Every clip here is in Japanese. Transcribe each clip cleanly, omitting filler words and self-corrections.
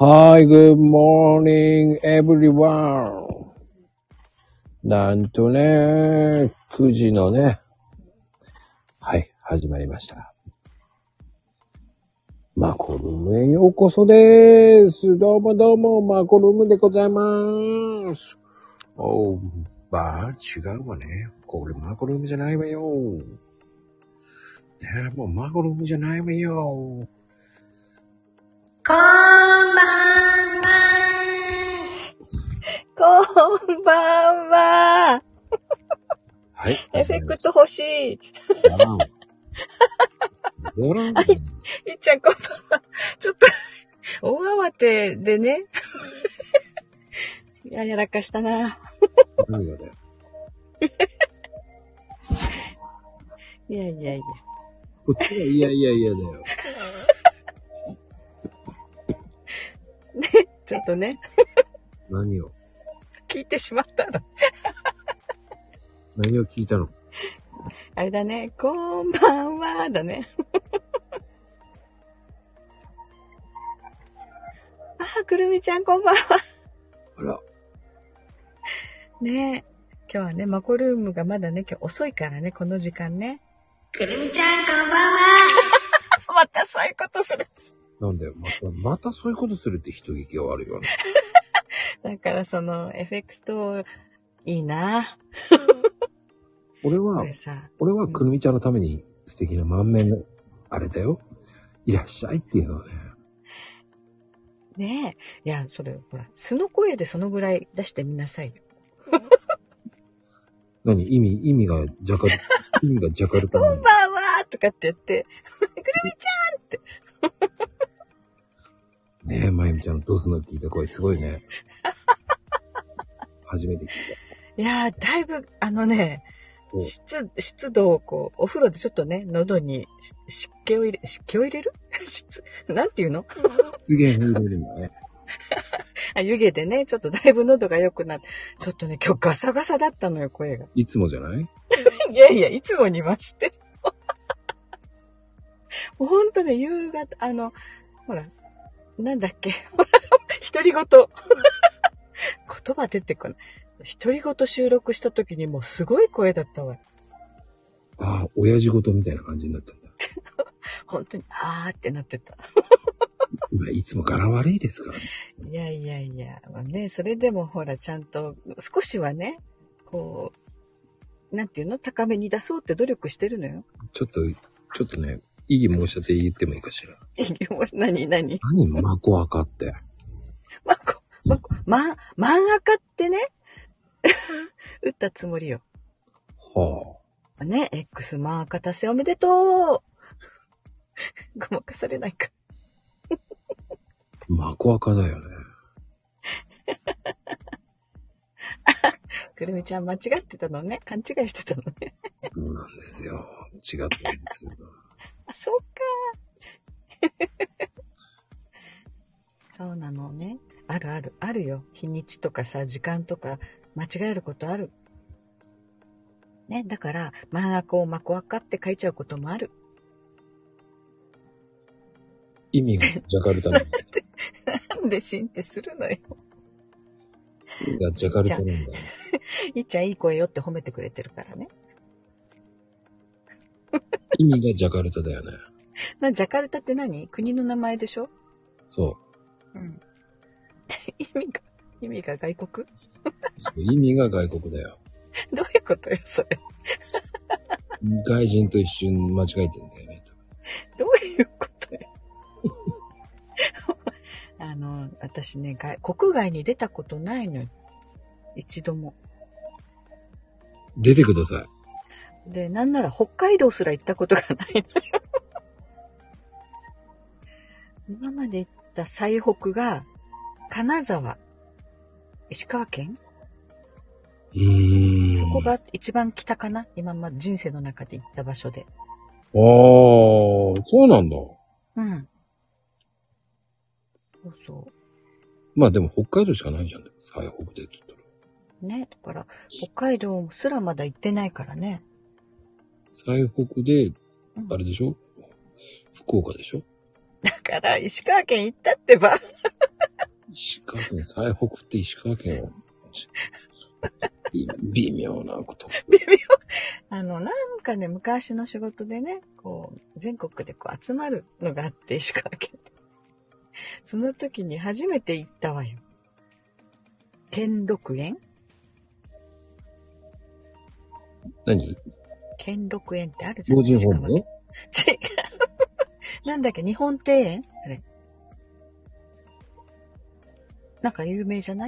Hi, good morning, everyone. なんとね、9時のね、はい、始まりました。マコルームへようこそです。どうもどうも、マコルームでございます。おう、違うわね。これマコルームじゃないわよ。ねえ、もうマコルームじゃないわよ。 こんばんは。こんばんは。 はい。 エフェクト欲しい。いっちゃんこんばんは。ちょっと、大慌てでね。やらかしたな。 何がだよ。 いや。 こっちがいやだよ。 ね、ちょっとね。 何を聞いてしまったの。 何を聞いたの？ あれだね。こんばんはだね。くるみちゃんこんばんは。 あら。 ねえ。今日はね、マコルームがまだね、今日遅いからね、この時間ね。くるみちゃんこんばんは。またそういうことする。 なんだよ、またそういうことするって人聞きが悪いよね。 だからそのエフェクトいいな。 俺はくるみちゃんのために素敵な満面のあれだよ。いらっしゃいっていうのはね。 ねえ。いや、それ、ほら、素の声でそのぐらい出してみなさいよ。 何意味がジャカルタ。 こんばんはとかって言って、くるみちゃんって。 ねえ、まゆみちゃんのドスの聞いた声すごいね。初めて聞いた。いやー、だいぶ、湿度をこう、お風呂でちょっとね、喉に湿気を入れるなんていうの？ 失言を入れるんだね。 湯気でね、ちょっとだいぶ喉が良くなって、ちょっとね、今日ガサガサだったのよ、声が。 いつもじゃない？ いや、いつもにまして。もうほんとね、夕方、ほら、なんだっけ、独り言。言葉出てこない。独り言収録した時にもうすごい声だったわ。 ああ、親父事みたいな感じになったんだ。 本当に、あーってなってた。 まあ、いつも柄悪いですからね。 いや、まあね、それでもほら、ちゃんと、少しはね、こう、なんていうの？高めに出そうって努力してるのよ。 ちょっとね、異議申し立て言ってもいいかしら。 何マコアカって。 漫画家ってね、打ったつもりよ。 はあ。ね、X マーカ達成おめでとう。ごまかされないか。 マコアカだよね。 くるみちゃん間違ってたのね。勘違いしてたのね。 そうなんですよ。違ったんですよ。 あ、そうか。そうなのね。あるよ。日にちとかさ、時間とか間違えることある。ね、だから、漫画家をマコアカって書いちゃうこともある。 意味がジャカルタなんだ。 なんでシンってするのよ。 意味がジャカルタなんだよ。 いっちゃんいい声よって褒めてくれてるからね。 意味がジャカルタだよね。 ジャカルタって何？国の名前でしょ？ そう。 うん。意味が外国？ そう、意味が外国だよ。 どういうことよ、それ。 外人と一瞬間違えてんだよね。 どういうことよ。私ね、国外に出たことないのよ。一度も。 出てください。で、なんなら北海道すら行ったことがないのよ。今まで行った最北が、金沢、石川県？そこが一番北かな？今まで人生の中で行った場所で。 ああ、そうなんだ。 うん。そう。 まあでも北海道しかないじゃん。最北でって言ったら。 ね、だから北海道すらまだ行ってないからね。 最北で、あれでしょ？福岡でしょ？ だから石川県行ったってば。 石川県、最北って石川県を、微妙なこと。 微妙。なんかね、昔の仕事でね、こう、全国でこう集まるのがあって、石川県。その時に初めて行ったわよ。兼六園？ 何？ 兼六園ってあるじゃん。 老人ホーム？ 違う。なんだっけ、日本庭園？あれ。なんか有名じゃない？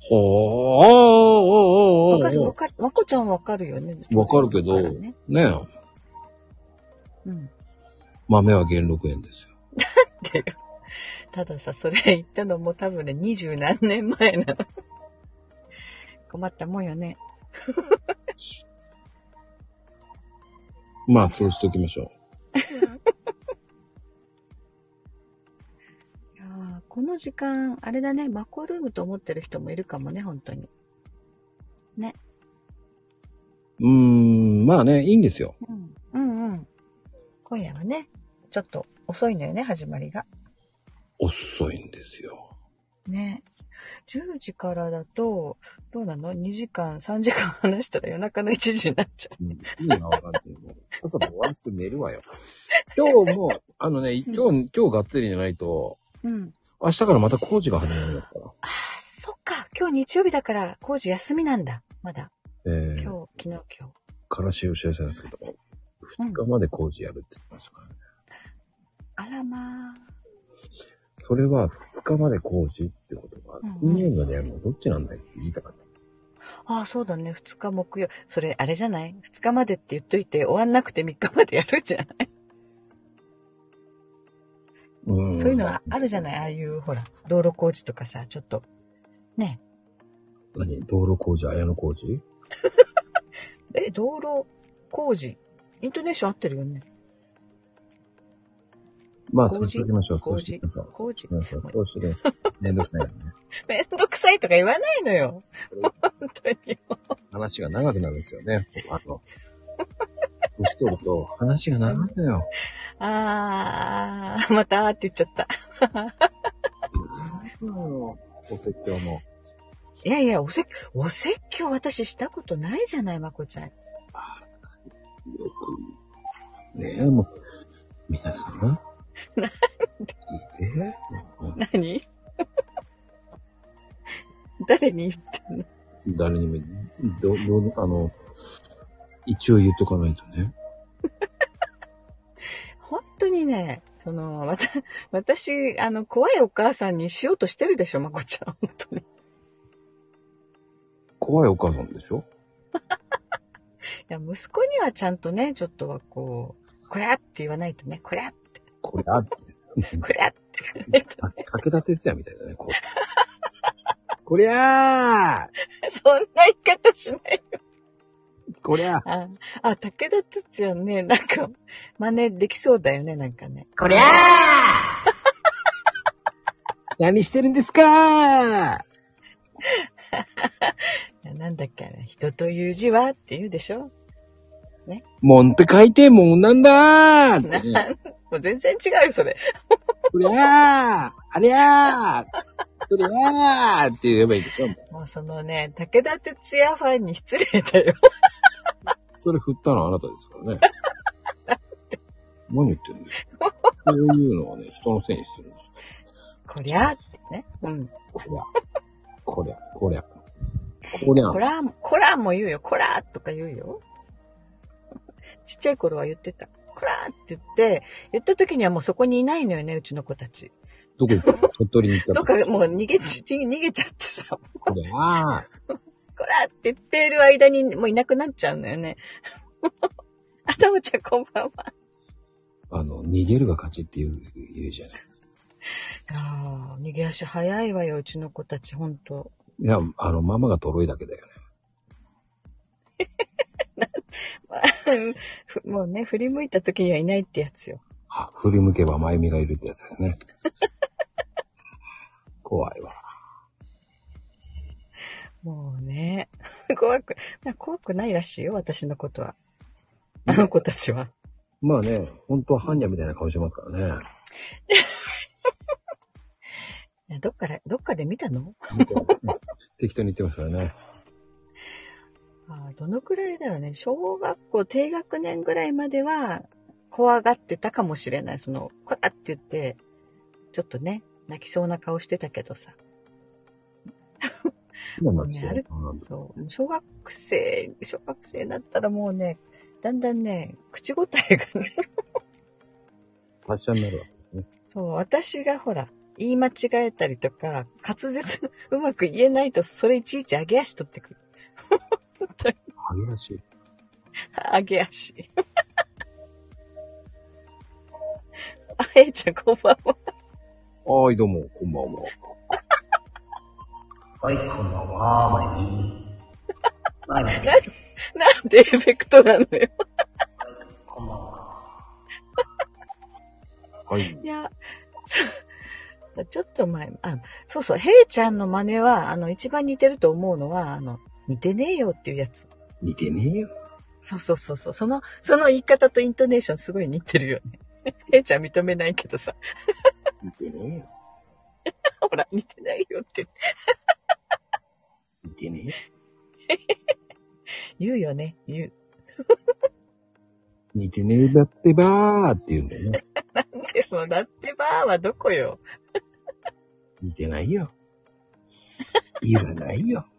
はあ、 わかる。まこちゃんわかるよね。 わかるけど、ねえ。うん。豆は元禄園ですよ。 っていう。たださ、それ言ったのも多分ね、20何年前なの。困ったもんよね。 まあ、そうしておきましょう。 いやこの時間、あれだね、マコルームと思ってる人もいるかもね、本当に。ね。 まあね、いいんですよ。 うん。今夜はね、ちょっと遅いのよね、始まりが。 遅いんですよ。 ね。10時からだと、どうなの ?2 時間、3時間話したら夜中の1時になっちゃう。 いいな、わかんない。もう、さっさと終わらせて寝るわよ。今日も、今日がっつりじゃないと、明日からまた工事が始まるんだから。 ああ、そっか。今日日曜日だから工事休みなんだ。まだ。今日、昨日。 からしを知らせなんですけど、2日まで工事やるって言ってましたからね。 あらまあ。 それは2日まで工事ってことが、金曜日までやるのどっちなんだいって言いたかった。 ああ、そうだね。2日木曜。それ、あれじゃない ?2 日までって言っといて、終わんなくて3日までやるじゃないそういうのはあるじゃないああいう、ほら、道路工事とかさ、ちょっと、ね。 何道路工事、綾野工事道路工事。イントネーション合ってるよね。 まあ、そうしましょう。 工事。 そうしてね。めんどくさいよね。 めんどくさいとか言わないのよ。本当に。 話が長くなるんですよね。年取ると話が長いのよ。 またって言っちゃった。 お説教も。 いやいや、お説教私したことないじゃない、まこちゃん。よく。ねえ、もう、皆さん。 なんで聞いて。 何誰に言ってんの？ 誰にも、一応言っとかないとね。 本当にね、私、怖いお母さんにしようとしてるでしょ、まこちゃん、本当に。 怖いお母さんでしょ？ いや、息子にはちゃんとね、ちょっとはこう、こりゃって言わないとね、こりゃって。 こりゃって。 こりゃって。 武田鉄矢みたいだね、こう。こりゃーそんな言い方しないよ。 こりゃ武田鉄矢ね、なんか、真似できそうだよね、なんかね。 こりゃー何してるんですかーなんだっけ、人という字はって言うでしょね。 門って書いて門なんだーって、 ね、もう全然違うよ、それ。 こりゃーありゃーそりゃーって言えばいいでしょ。 もうそのね、武田鉄矢ファンに失礼だよ。 それ振ったのはあなたですからね。何言ってんだよ。そういうのはね、人のせいにするんですよ。 こりゃーってね。うん。 こりゃ。 こらも言うよ。こらーとか言うよ。ちっちゃい頃は言ってた。こらーって言った時にはもうそこにいないのよね、うちの子たち。 どこ行ったの？鳥取に行っちゃった。 どっかもう逃げちゃってさ。 こりゃー。 こらって言ってる間にもういなくなっちゃうのよね。あたもちゃんこんばんは。 逃げるが勝ちって言うじゃないですか。逃げ足早いわよ、うちの子たち、ほんと。 いや、ママがとろいだけだよね。 もうね、振り向いた時にはいないってやつよ。 振り向けばまゆみがいるってやつですね。怖いわ。 もうね、怖くないらしいよ、私のことは。あの子たちは。 まあね、本当は般若みたいな顔してますからね。 いや、どっかで見たの？ 適当に言ってますよね。 どのくらいだよね。小学校低学年ぐらいまでは怖がってたかもしれない。こらって言って、ちょっとね、泣きそうな顔してたけどさ。もうね、そう、小学生だったらもうね、だんだんね、口答えがね、 達者になるわけですね。 そう、私がほら、言い間違えたりとか、滑舌うまく言えないと、それいちいち上げ足取ってくる。本当に。 上げ足。 上げ足。A ちゃんこんばんは。 はい、どうも、こんばんは。 はい、こんばんは、マイミー。マイミー。 なんでエフェクトなのよ。 こんばんは。 はい。 いや、ちょっと前、そうそう、ヘイちゃんの真似は、一番似てると思うのは、似てねえよっていうやつ。 似てねえよ。 そうそうそうそう。その言い方とイントネーションすごい似てるよね。ヘイちゃん認めないけどさ。 似てねえよ。 ほら、似てないよって。 似てねえよ。 言うよね、言う。 似てねえだってばーって言うんだよね。 なんでだってばーはどこよ。 似てないよ。言わないよ。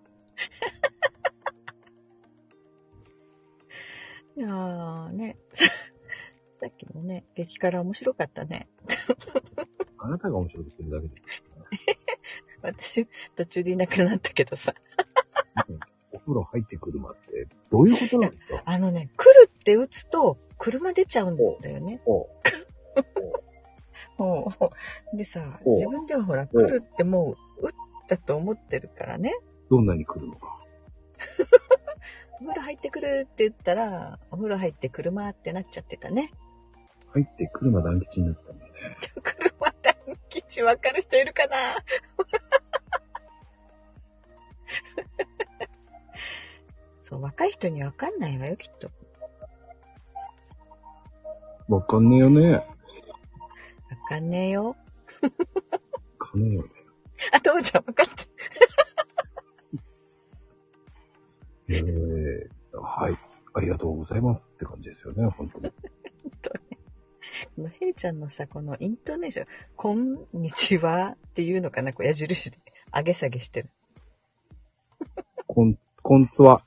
いやーね。さっきのね、激辛面白かったね。 あなたが面白くするだけです。 私、途中でいなくなったけどさ。 お風呂入ってくるまってどういうことなんですか？ 来るって打つと、車出ちゃうんだよね。でさ、自分ではほら、来るってもう、打ったと思ってるからね。 どんなに来るのか。 お風呂入ってくるって言ったら、お風呂入って車ってなっちゃってたね。 入って車団吉になったんだね。 車団吉わかる人いるかな？そう、若い人にわかんないわよ、きっと。 わかんねえよね。 わかんねえよ。 わかんねえよね。 父ちゃんわかって。 はい。ありがとうございますって感じですよね、本当に。 このヘイちゃんのさ、このイントネーション、こんにちはっていうのかな、こう矢印で上げ下げしてる。 こんつは。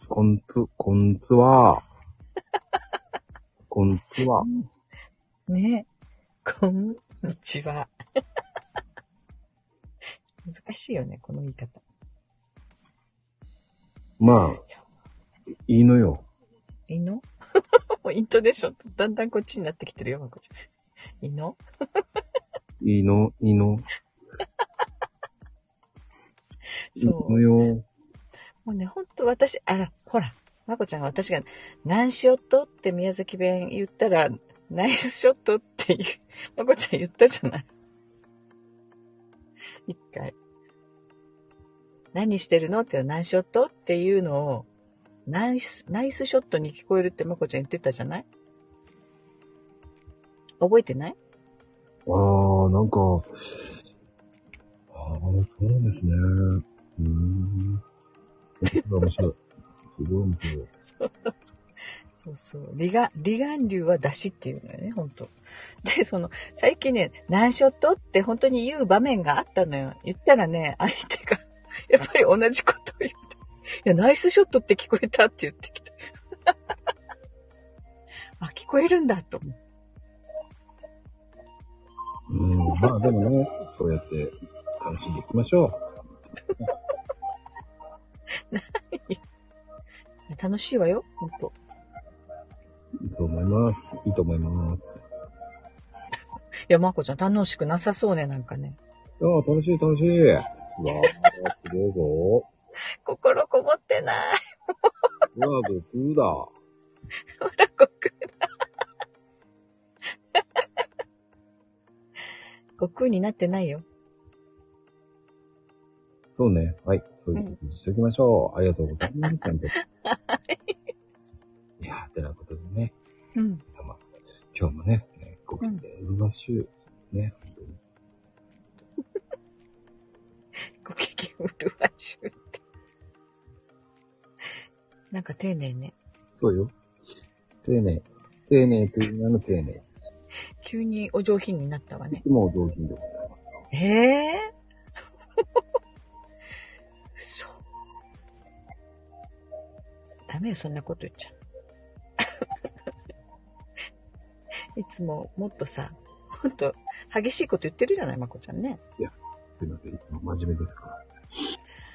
ねえ。こんにちは。難しいよね、この言い方。 まあ、いいのよ。 いいの？もうイントネーションだんだんこっちになってきてるよ、まこちゃん。いいの？ いいの。 そう。 いいのよ。 もうね、ほんと私、ほら、まこちゃんが私が、ナイスショットって宮崎弁言ったら、ナイスショットっていう、まこちゃん言ったじゃない。一回。何してるのっていうナイスショットっていうのを、ナイスショットに聞こえるってまこちゃん言ってたじゃない？覚えてない？ なんか、そうなんですね。面白い。すごい面白い。 そう。離岸流は出しっていうのよね、ほんと。で、最近ね、ナイスショットって本当に言う場面があったのよ。言ったらね、相手が、やっぱり同じことを言って、いや、ナイスショットって聞こえたって言ってきた。聞こえるんだと思う。 まあでもね、そうやって楽しんでいきましょう。楽しいわよ、ほんと。 そう思います。いいと思います。 いや、まこちゃん楽しくなさそうね、なんかね。 楽しい。うわすごいぞ。 心こもってない。 うわ、悟空だ。 ほら、悟空だ。悟空になってないよ。 そうね。はい。そういうことにしておきましょう。ありがとうございます。本当に。いやー、てなことでね。今日もね、ごきげんよろしゅう。ね、本当に。 ルワンシュって。なんか丁寧ね。 そうよ。丁寧。丁寧という名の丁寧です。 急にお上品になったわね。 いつもお上品でございます。 そう。ダメよ、そんなこと言っちゃう。いつももっとさ、ほんと激しいこと言ってるじゃない、まこちゃんね。 いや、すいません。いつも真面目ですから。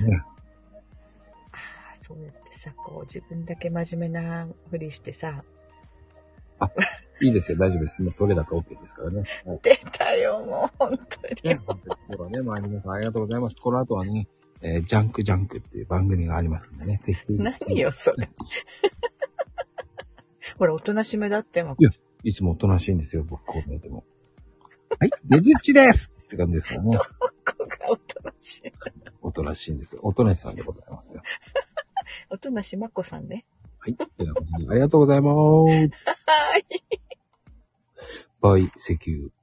ね。 ああ、そうやってさ、こう自分だけ真面目なふりしてさ。 あ、いいですよ。大丈夫です。もう取れ高 OK ですからね。 はい、出たよ、もう、本当に。 ね、本当に。ではね、まあ皆さんありがとうございます。この後はね、ジャンクっていう番組がありますんでね。ぜひぜひ。 何よ、それ。ほら、おとなしめだって、まこちゃん。いや、いつもおとなしいんですよ、僕こう見えても。はい、ねずっちですって感じですからね。 どこがおとなしいおとなしいんですよ。おとなしさんでございますよ。 おとなしまこさんね。 はい。ということで、ありがとうございます。 はい。 バイ、石油。